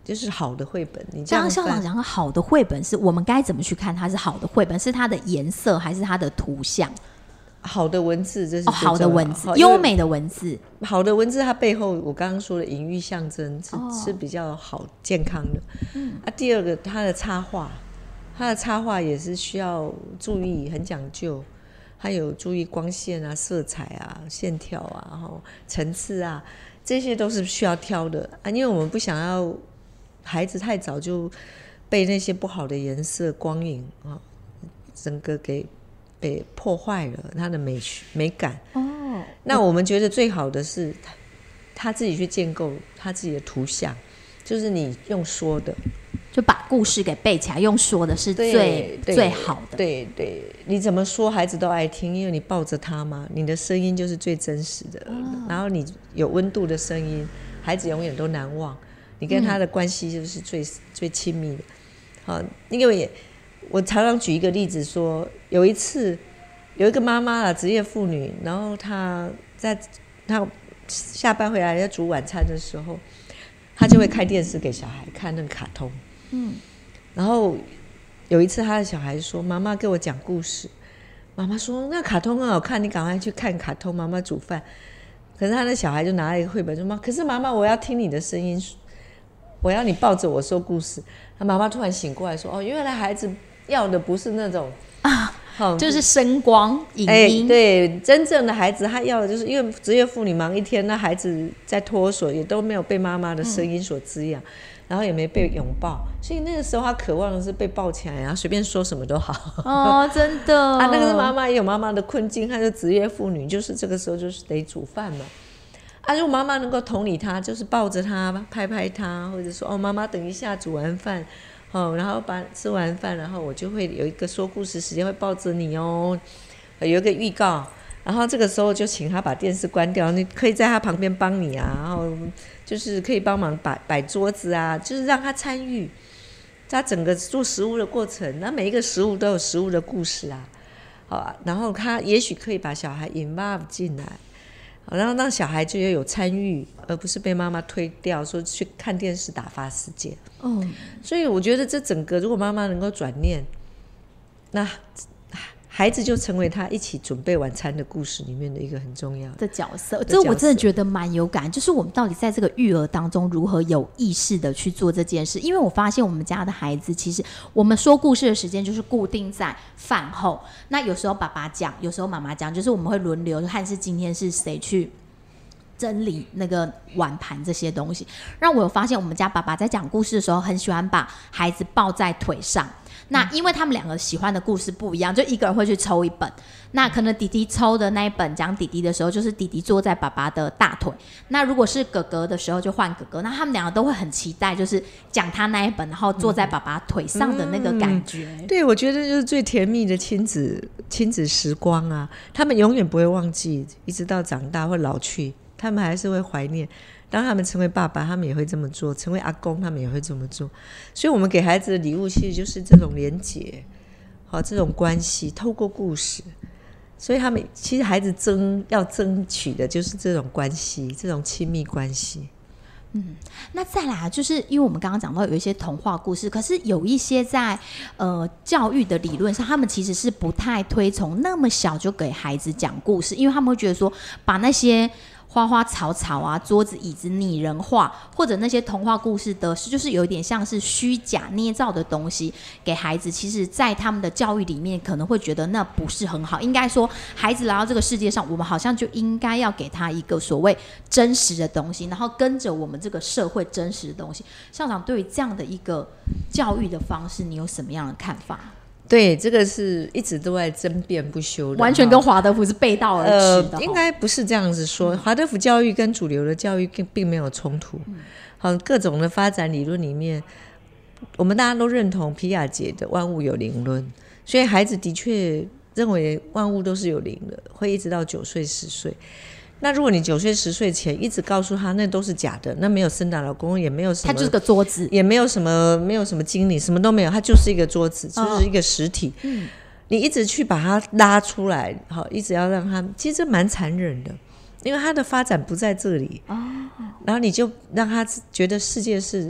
就是好的绘本。你这刚样刚校长讲的好的绘本是我们该怎么去看它是好的绘本？是它的颜色还是它的图像？ 好的文字，这是哦，好的文字， 好优美的文字。 好的文字，它背后我刚刚说的隐喻象征是、 哦、 是比较好健康的。嗯啊，第二个，它的插画，它的插画也是需要注意，很讲究。它有注意光线啊、色彩啊、线条啊、然后层次啊，这些都是需要挑的啊，因为我们不想要孩子太早就被那些不好的颜色、光影啊，整个给被破坏了它的美美感。哦，那我们觉得最好的是他他自己去建构他自己的图像，就是你用说的。 就把故事给背起来，用说的是最最好的。 对对，你怎么说孩子都爱听，因为你抱着他嘛，你的声音就是最真实的、哦、然后你有温度的声音，孩子永远都难忘，你跟他的关系就是最、嗯、最亲密的。好，因为我常常举一个例子说，有一次有一个妈妈啊，职业妇女，然后她在她下班回来要煮晚餐的时候，她就会开电视给小孩看那个卡通。嗯，然后有一次他的小孩说：“妈妈给我讲故事。”妈妈说：“那卡通很好看，你赶快去看卡通。”妈妈煮饭，可是他的小孩就拿了一个绘本说：“妈，可是妈妈，我要听你的声音，我要你抱着我说故事。”他妈妈突然醒过来说：“哦，原来孩子要的不是那种啊， 哦、就是声光影音、 欸。对，真正的孩子他要的就是，因为职业妇女忙一天，那孩子在托所也都没有被妈妈的声音所滋养。嗯，然后也没被拥抱，所以那个时候他渴望的是被抱起来，然后随便说什么都好。 哦，真的啊，那个是妈妈也有妈妈的困境，她是职业妇女，就是这个时候就是得煮饭嘛。啊，如果妈妈能够同理她，就是抱着她，拍拍她，或者说哦，妈妈等一下煮完饭，哦，然后把吃完饭，然后我就会有一个说故事时间，会抱着你哦，有一个预告。然后这个时候就请他把电视关掉，你可以在他旁边帮你啊，然后就是可以帮忙摆摆桌子啊，就是让他参与他整个做食物的过程。那每一个食物都有食物的故事啊，好啊，然后他也许可以把小孩 involve 进来，然后让小孩就有参与，而不是被妈妈推掉说去看电视打发时间。哦，所以我觉得这整个如果妈妈能够转念，那孩子就成为他一起准备晚餐的故事里面的一个很重要的角色。这我真的觉得蛮有感，就是我们到底在这个育儿当中如何有意识的去做这件事。因为我发现我们家的孩子，其实我们说故事的时间就是固定在饭后，那有时候爸爸讲，有时候妈妈讲，就是我们会轮流看是今天是谁去整理那个碗盘这些东西。让我有发现我们家爸爸在讲故事的时候很喜欢把孩子抱在腿上，那因为他们两个喜欢的故事不一样，就一个人会去抽一本，那可能弟弟抽的那一本讲弟弟的时候，就是弟弟坐在爸爸的大腿，那如果是哥哥的时候就换哥哥，那他们两个都会很期待就是讲他那一本，然后坐在爸爸腿上的那个感觉。 嗯嗯、对，我觉得就是最甜蜜的亲子亲子时光啊，他们永远不会忘记，一直到长大或老去他们还是会怀念。当他们成为爸爸，他们也会这么做；成为阿公，他们也会这么做。所以我们给孩子的礼物其实就是这种连结，好，这种关系透过故事。所以他们其实孩子争要争取的就是这种关系，这种亲密关系。 嗯，那再来就是因为我们刚刚讲到有一些童话故事，可是有一些在呃教育的理论上，他们其实是不太推崇那么小就给孩子讲故事，因为他们会觉得说把那些花花草草啊、桌子椅子拟人化，或者那些童话故事的就是有一点像是虚假捏造的东西给孩子，其实在他们的教育里面可能会觉得那不是很好。应该说孩子来到这个世界上，我们好像就应该要给他一个所谓真实的东西，然后跟着我们这个社会真实的东西。校长对于这样的一个教育的方式，你有什么样的看法？ 对，这个是一直都在争辩不休的， 完全跟华德福是背道而驰的、 呃、应该不是这样子说、嗯、华德福教育跟主流的教育并没有冲突、嗯、好，各种的发展理论里面我们大家都认同皮亚杰的万物有灵论，所以孩子的确认为万物都是有灵的，会一直到九岁十岁。那如果你九岁十岁前一直告诉他那都是假的，那没有圣诞老公，也没有什么， 他就是个桌子， 也没有什么没有什么精灵，什么都没有，他就是一个桌子，就是一个实体、哦嗯、你一直去把它拉出来，好，一直要让他，其实这蛮残忍的，因为他的发展不在这里、哦、然后你就让他觉得世界是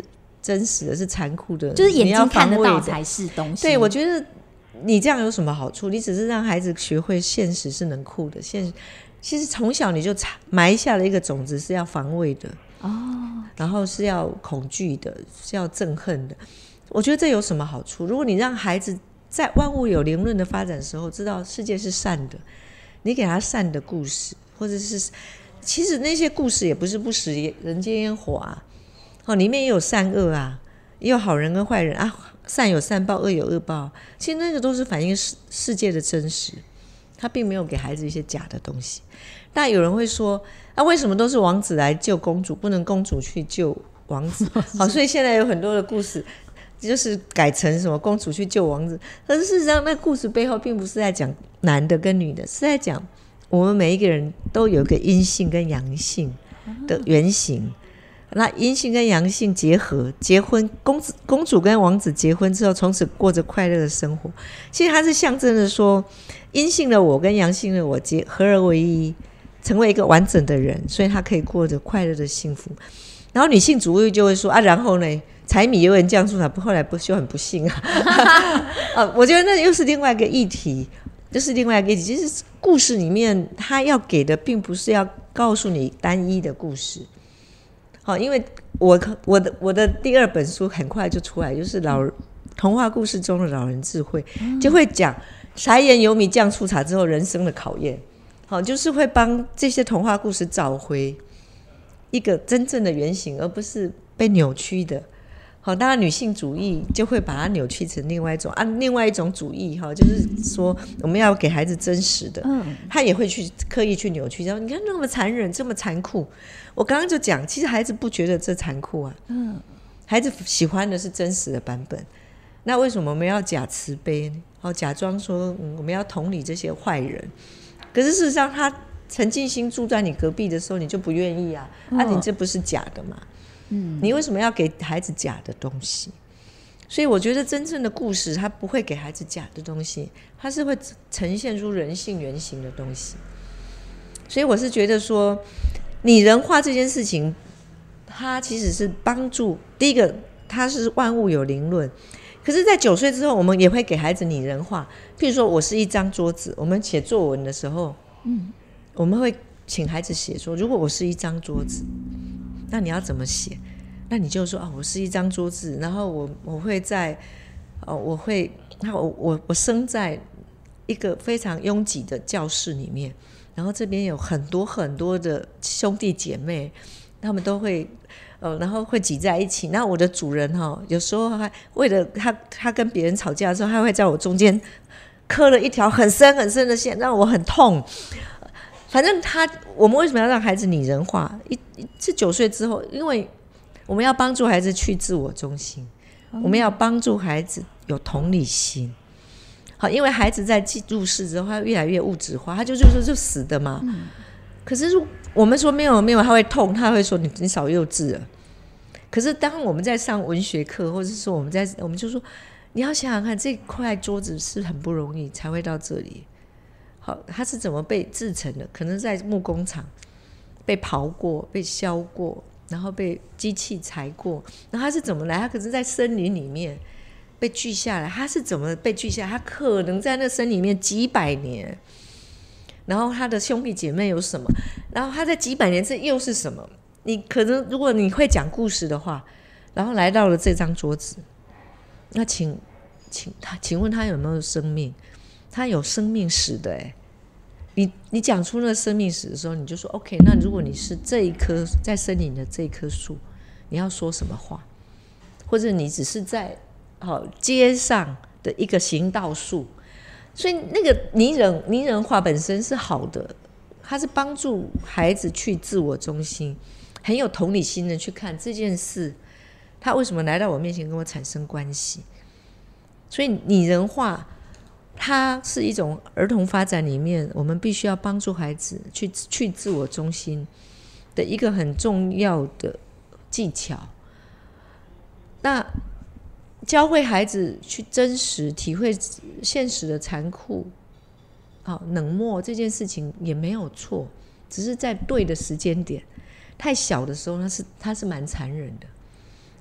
真实的，是残酷的， 就是眼睛看得到才是东西。 对，我觉得你这样有什么好处？你只是让孩子学会现实是冷酷的，现实其实从小你就埋下了一个种子，是要防卫的哦，然后是要恐惧的，是要憎恨的。我觉得这有什么好处？如果你让孩子在万物有灵论的发展的时候，知道世界是善的，你给他善的故事，或者是其实那些故事也不是不食人间烟火啊，哦，里面也有善恶啊，也有好人跟坏人啊，善有善报，恶有恶报。其实那个都是反映世界的真实，他并没有给孩子一些假的东西。但有人会说，啊，为什么都是王子来救公主，不能公主去救王子？好，所以现在有很多的故事就是改成什么公主去救王子，可是事实上那故事背后并不是在讲男的跟女的，是在讲我们每一个人都有一个阴性跟阳性的原型。那阴性跟阳性结合，结婚，公主公主跟王子结婚之后，从此过着快乐的生活。其实它是象征着说，阴性的我跟阳性的我结合而为一，成为一个完整的人，所以他可以过着快乐的幸福。然后女性主义就会说啊，然后呢，柴米油盐酱醋茶，后来不就很不幸啊？啊，我觉得那又是另外一个议题，就是另外一个议题。其实故事里面他要给的，并不是要告诉你单一的故事。好，因为我我的我的第二本书很快就出来，就是老童话故事中的老人智慧，就会讲柴盐油米酱醋茶之后人生的考验。好，就是会帮这些童话故事找回一个真正的原型，而不是被扭曲的。好，当然女性主义就会把它扭曲成另外一种啊，另外一种主义哈，就是说我们要给孩子真实的，嗯，他也会去刻意去扭曲。然后你看那么残忍，这么残酷，我刚刚就讲，其实孩子不觉得这残酷啊，嗯，孩子喜欢的是真实的版本。那为什么我们要假慈悲呢？好，假装说、嗯、我们要同理这些坏人，可是事实上他陈进兴住在你隔壁的时候，你就不愿意啊，啊，你这不是假的吗？嗯，你为什么要给孩子假的东西？所以我觉得真正的故事它不会给孩子假的东西，它是会呈现出人性原型的东西。所以我是觉得说拟人化这件事情，它其实是帮助第一个，它是万物有灵论，可是在九岁之后我们也会给孩子拟人化。譬如说我是一张桌子，我们写作文的时候，嗯，我们会请孩子写说，如果我是一张桌子，那你要怎么写？那你就说啊，我是一张桌子，然后我我会在，哦，我会，我我我生在一个非常拥挤的教室里面，然后这边有很多很多的兄弟姐妹，他们都会，呃，然后会挤在一起。那我的主人哈、哦，有时候还为了他他跟别人吵架的时候，他会在我中间刻了一条很深很深的线，让我很痛。反正他，我们为什么要让孩子拟人化？一是九岁之后，因为我们要帮助孩子去自我中心，嗯、我们要帮助孩子有同理心。好，因为孩子在入世之后，他越来越物质化，他就就是就死的嘛。嗯、可是我们说没有没有，他会痛，他会说你你少幼稚了。可是当我们在上文学课，或者是说我们在我们就说，你要想想看，这块桌子是很不容易才会到这里。好，它是怎么被制成的？可能在木工厂被刨过、被削过，然后被机器裁过。然后它是怎么来？它可是在森林里面被锯下来。它是怎么被锯下来？它可能在那森林里面几百年。然后他的兄弟姐妹有什么？然后他在几百年这又是什么？你可能如果你会讲故事的话，然后来到了这张桌子，那请请他，请问他有没有生命？他有生命史的哎，你你讲出那个生命史的时候，你就说 OK。那如果你是这一棵在森林的这一棵树，你要说什么话？或者你只是在好街上的一个行道树，所以那个拟人拟人化本身是好的，它是帮助孩子去自我中心，很有同理心的去看这件事，他为什么来到我面前跟我产生关系？所以拟人化。它是一种儿童发展里面我们必须要帮助孩子去去自我中心的一个很重要的技巧。那教会孩子去真实体会现实的残酷、好冷漠这件事情也没有错，只是在对的时间点。太小的时候它是它是蛮残忍的，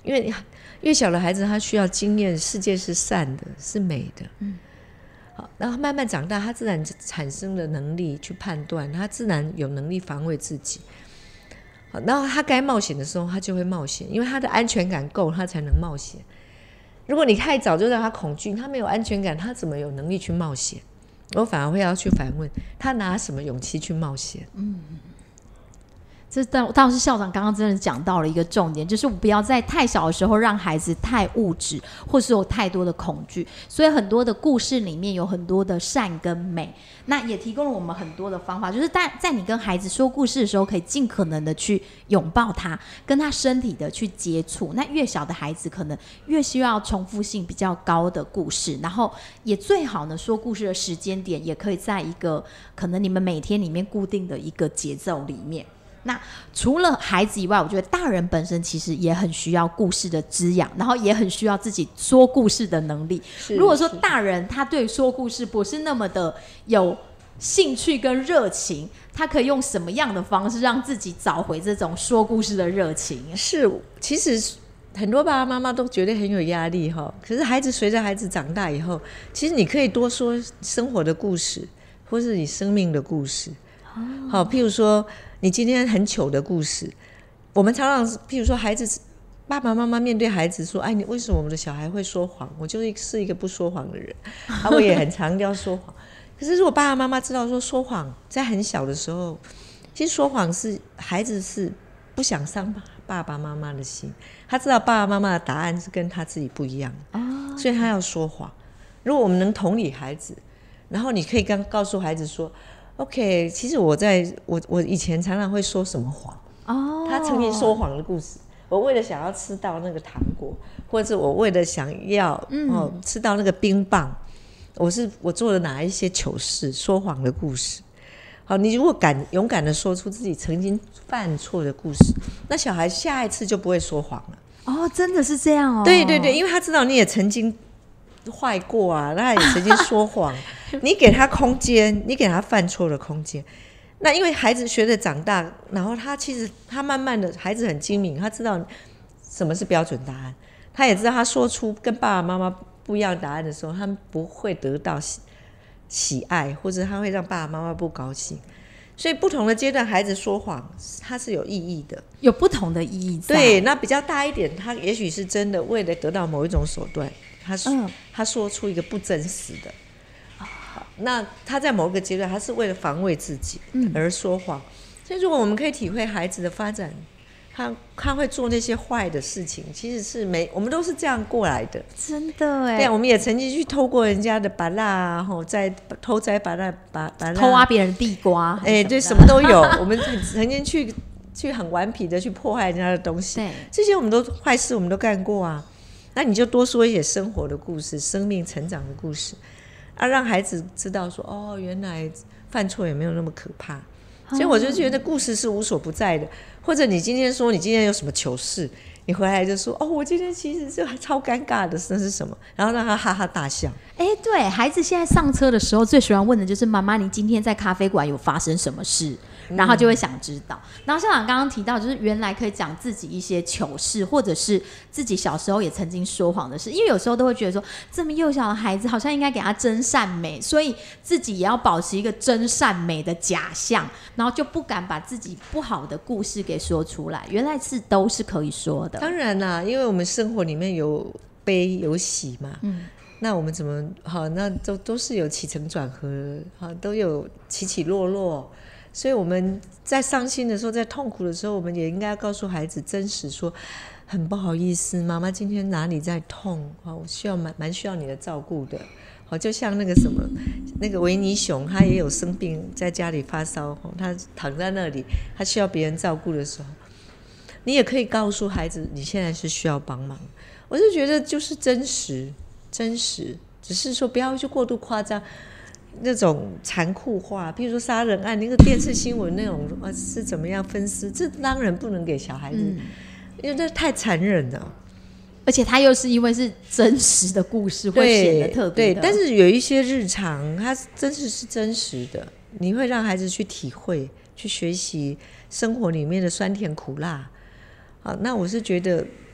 因为越小的孩子他需要经验世界是善的是美的，嗯，好，然后慢慢长大他自然产生了能力去判断，他自然有能力防卫自己。好，然后他该冒险的时候他就会冒险，因为他的安全感够他才能冒险。如果你太早就让他恐惧，他没有安全感，他怎么有能力去冒险？我反而会要去反问他拿什么勇气去冒险。嗯， 这倒是校长刚刚真的讲到了一个重点，就是不要在太小的时候让孩子太物质，或是有太多的恐惧。所以很多的故事里面有很多的善跟美，那也提供了我们很多的方法，就是在在你跟孩子说故事的时候，可以尽可能的去拥抱他，跟他身体的去接触。那越小的孩子可能越需要重复性比较高的故事，然后也最好呢说故事的时间点也可以在一个可能你们每天里面固定的一个节奏里面。那除了孩子以外，我觉得大人本身其实也很需要故事的滋养，然后也很需要自己说故事的能力。如果说大人他对说故事不是那么的有兴趣跟热情，他可以用什么样的方式让自己找回这种说故事的热情？ 是，其实很多爸爸妈妈都觉得很有压力哈。可是孩子随着孩子长大以后，其实你可以多说生活的故事，或是你生命的故事。好，譬如说你今天很糗的故事，我们常常譬如说孩子爸爸妈妈面对孩子说，哎，你为什么我们的小孩会说谎？我就是一个不说谎的人，啊，我也很常要说谎。可是如果爸爸妈妈知道说说谎在很小的时候，其实说谎是孩子是不想伤爸爸妈妈的心，他知道爸爸妈妈的答案是跟他自己不一样的，哦，所以他要说谎。如果我们能同理孩子，然后你可以刚告诉孩子说OK， 其实我在我我以前常常会说什么谎哦，他曾经说谎的故事，我为了想要吃到那个糖果，或者我为了想要、嗯哦、吃到那个冰棒，我是我做了哪一些糗事，说谎的故事。好，你如果敢勇敢的说出自己曾经犯错的故事，那小孩下一次就不会说谎了。 哦，真的是这样哦。 对对对，因为他知道你也曾经坏过啊，他也曾经说谎你给他空间，你给他犯错的空间。那因为孩子学着长大，然后他其实他慢慢的，孩子很精明，他知道什么是标准答案，他也知道他说出跟爸爸妈妈不一样的答案的时候，他们不会得到 喜, 喜爱，或者他会让爸爸妈妈不高兴。所以不同的阶段孩子说谎它是有意义的， 有不同的意义在。 对，那比较大一点，他也许是真的为了得到某一种手段，他说、嗯、他说出一个不真实的，那他在某个阶段他是为了防卫自己而说谎、嗯、所以如果我们可以体会孩子的发展，他他会做那些坏的事情，其实是没，我们都是这样过来的， 真的耶。 对，我们也曾经去偷过人家的芭乐啊，在偷摘芭乐，芭乐偷挖别人的地瓜， 哎，对，什么都有。我们曾经去去很顽皮的去破坏人家的东西，对，这些我们都坏事，我们都干过啊。那你就多说一些生活的故事，生命成长的故事啊，让孩子知道说，哦，原来犯错也没有那么可怕。所以我就觉得故事是无所不在的，或者你今天说你今天有什么糗事，你回来就说，哦，我今天其实是超尴尬的，那是什么，然后让他哈哈大笑。 哎，对，孩子现在上车的时候最喜欢问的就是妈妈，你今天在咖啡馆有发生什么事，然后就会想知道、嗯、然后校长刚刚提到就是原来可以讲自己一些糗事，或者是自己小时候也曾经说谎的事，因为有时候都会觉得说这么幼小的孩子好像应该给他真善美，所以自己也要保持一个真善美的假象，然后就不敢把自己不好的故事给说出来，原来是都是可以说的。 当然啦，因为我们生活里面有悲有喜嘛，嗯，那我们怎么好？那都都是有起承转合，好，都有起起落落。所以我们在伤心的时候，在痛苦的时候，我们也应该要告诉孩子真实说，很不好意思，妈妈今天哪里在痛，我需要蛮蛮需要你的照顾的。好，就像那个什么，那个维尼熊，他也有生病，在家里发烧，他躺在那里，他需要别人照顾的时候，你也可以告诉孩子，你现在是需要帮忙。我就觉得就是真实，真实，只是说不要去过度夸张。那种残酷化，譬如说杀人案，那个电视新闻那种、啊、是怎么样分尸，这当然不能给小孩子、嗯、因为这太残忍了， 而且它又是因为是真实的故事，会显得特别的。 对，但是有一些日常它真实是真实的，你会让孩子去体会，去学习生活里面的酸甜苦辣。好，那我是觉得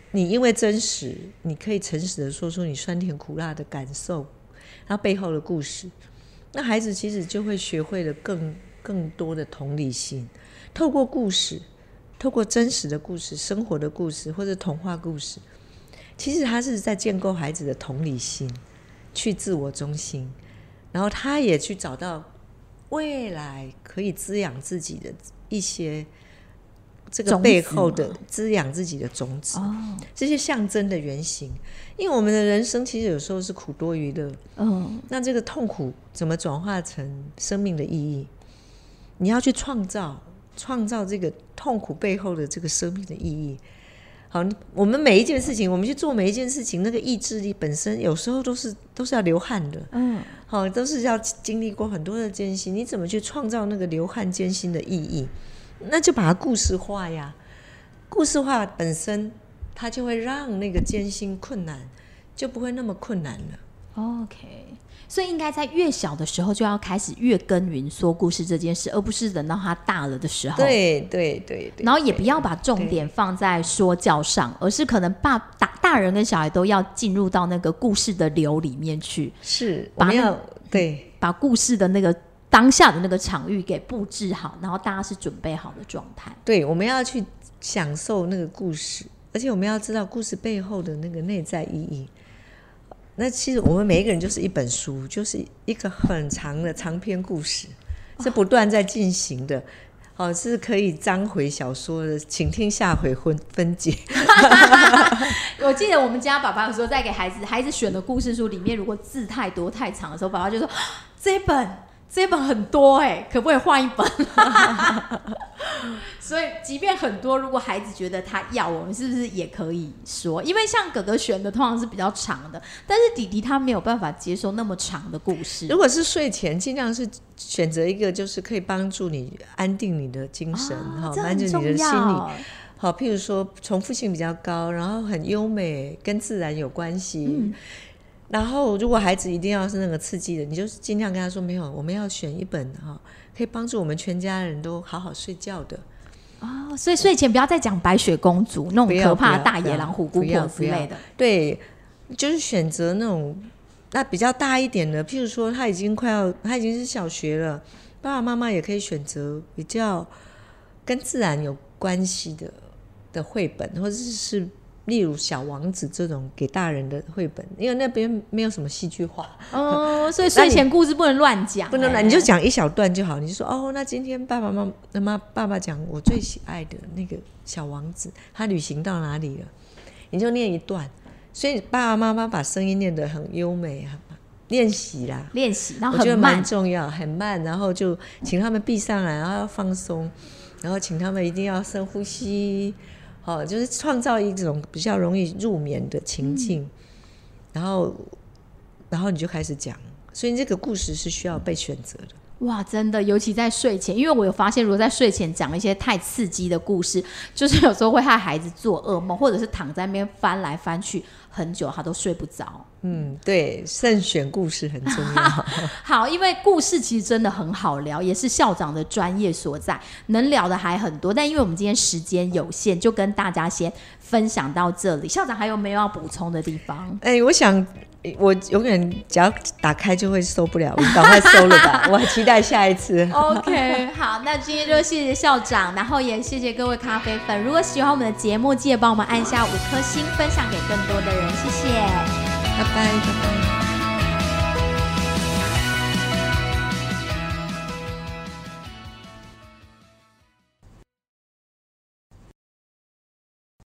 你因为真实，你可以诚实的说出你酸甜苦辣的感受，然后背后的故事，那孩子其实就会学会了更更多的同理心。透过故事，透过真实的故事、生活的故事或者童话故事，其实他是在建构孩子的同理心，去自我中心，然后他也去找到未来可以滋养自己的一些这个背后的滋养自己的种子，哦，这些象征的原型。因为我们的人生其实有时候是苦多于乐，哦，那这个痛苦怎么转化成生命的意义？你要去创造创造这个痛苦背后的这个生命的意义。好，我们每一件事情，我们去做每一件事情，那个意志力本身有时候都是都是要流汗的，嗯，好，都是要经历过很多的艰辛。你怎么去创造那个流汗艰辛的意义？那就把它故事化呀，故事化本身它就会让那个艰辛困难就不会那么困难了。 OK， 所以应该在越小的时候就要开始越耕耘说故事这件事，而不是等到他大了的时候。 对对 对, 对， 然后也不要把重点放在说教上，而是可能把 大, 大人跟小孩都要进入到那个故事的流里面去， 是我们要对把故事的那个当下的那个场域给布置好，然后大家是准备好的状态。 对，我们要去享受那个故事，而且我们要知道故事背后的那个内在意义。那其实我们每一个人就是一本书，就是一个很长的长篇故事，是不断在进行的，哦，是可以章回小说的，请听下回分解。 我记得我们家爸爸有时候在给孩子孩子选的故事书里面，如果字太多太长的时候，爸爸就说这一本这一本很多哎、欸，可不可以换一本？所以即便很多，如果孩子觉得他要，我们是不是也可以说？因为像哥哥选的通常是比较长的，但是弟弟他没有办法接受那么长的故事。 如果是睡前，尽量是选择一个就是可以帮助你安定你的精神， 哦， 安定你的心理。好，譬如说重复性比较高，然后很优美，跟自然有关系。嗯，然后如果孩子一定要是那个刺激的，你就尽量跟他说没有，我们要选一本可以帮助我们全家人都好好睡觉的。 哦，所以睡前不要再讲白雪公主那种可怕的大野狼、虎姑婆之类的。 对，就是选择那种那比较大一点的，譬如说他已经快要他已经是小学了，爸爸妈妈也可以选择比较跟自然有关系的的绘本，或者是例如小王子这种给大人的绘本，因为那边没有什么戏剧化哦，所以睡前故事不能乱讲， 不能乱，你就讲一小段就好。你就说哦，那今天爸爸妈妈爸爸讲我最喜爱的那个小王子，他旅行到哪里了，你就念一段。所以爸爸妈妈把声音念得很优美，练习啦， 练习，然后很慢， 我觉得蛮重要，很慢，然后就请他们闭上来，然后要放松，然后请他们一定要深呼吸。哦，就是创造一种比较容易入眠的情境，嗯，然后然后你就开始讲，所以这个故事是需要被选择的。 哇，真的，尤其在睡前，因为我有发现，如果在睡前讲一些太刺激的故事，就是有时候会害孩子做噩梦，或者是躺在那边翻来翻去很久，他都睡不着。 嗯，对，慎选故事很重要。 好，因为故事其实真的很好聊，也是校长的专业所在，能聊的还很多，但因为我们今天时间有限，就跟大家先分享到这里。校长还有没有要补充的地方？ 哎，我想我永远只要打开就会受不了，我赶快收了吧。我很期待下一次。 OK， 好，那今天就谢谢校长，然后也谢谢各位咖啡粉。如果喜欢我们的节目，记得帮我们按下五颗星，分享给更多的人，谢谢， 拜拜，拜拜。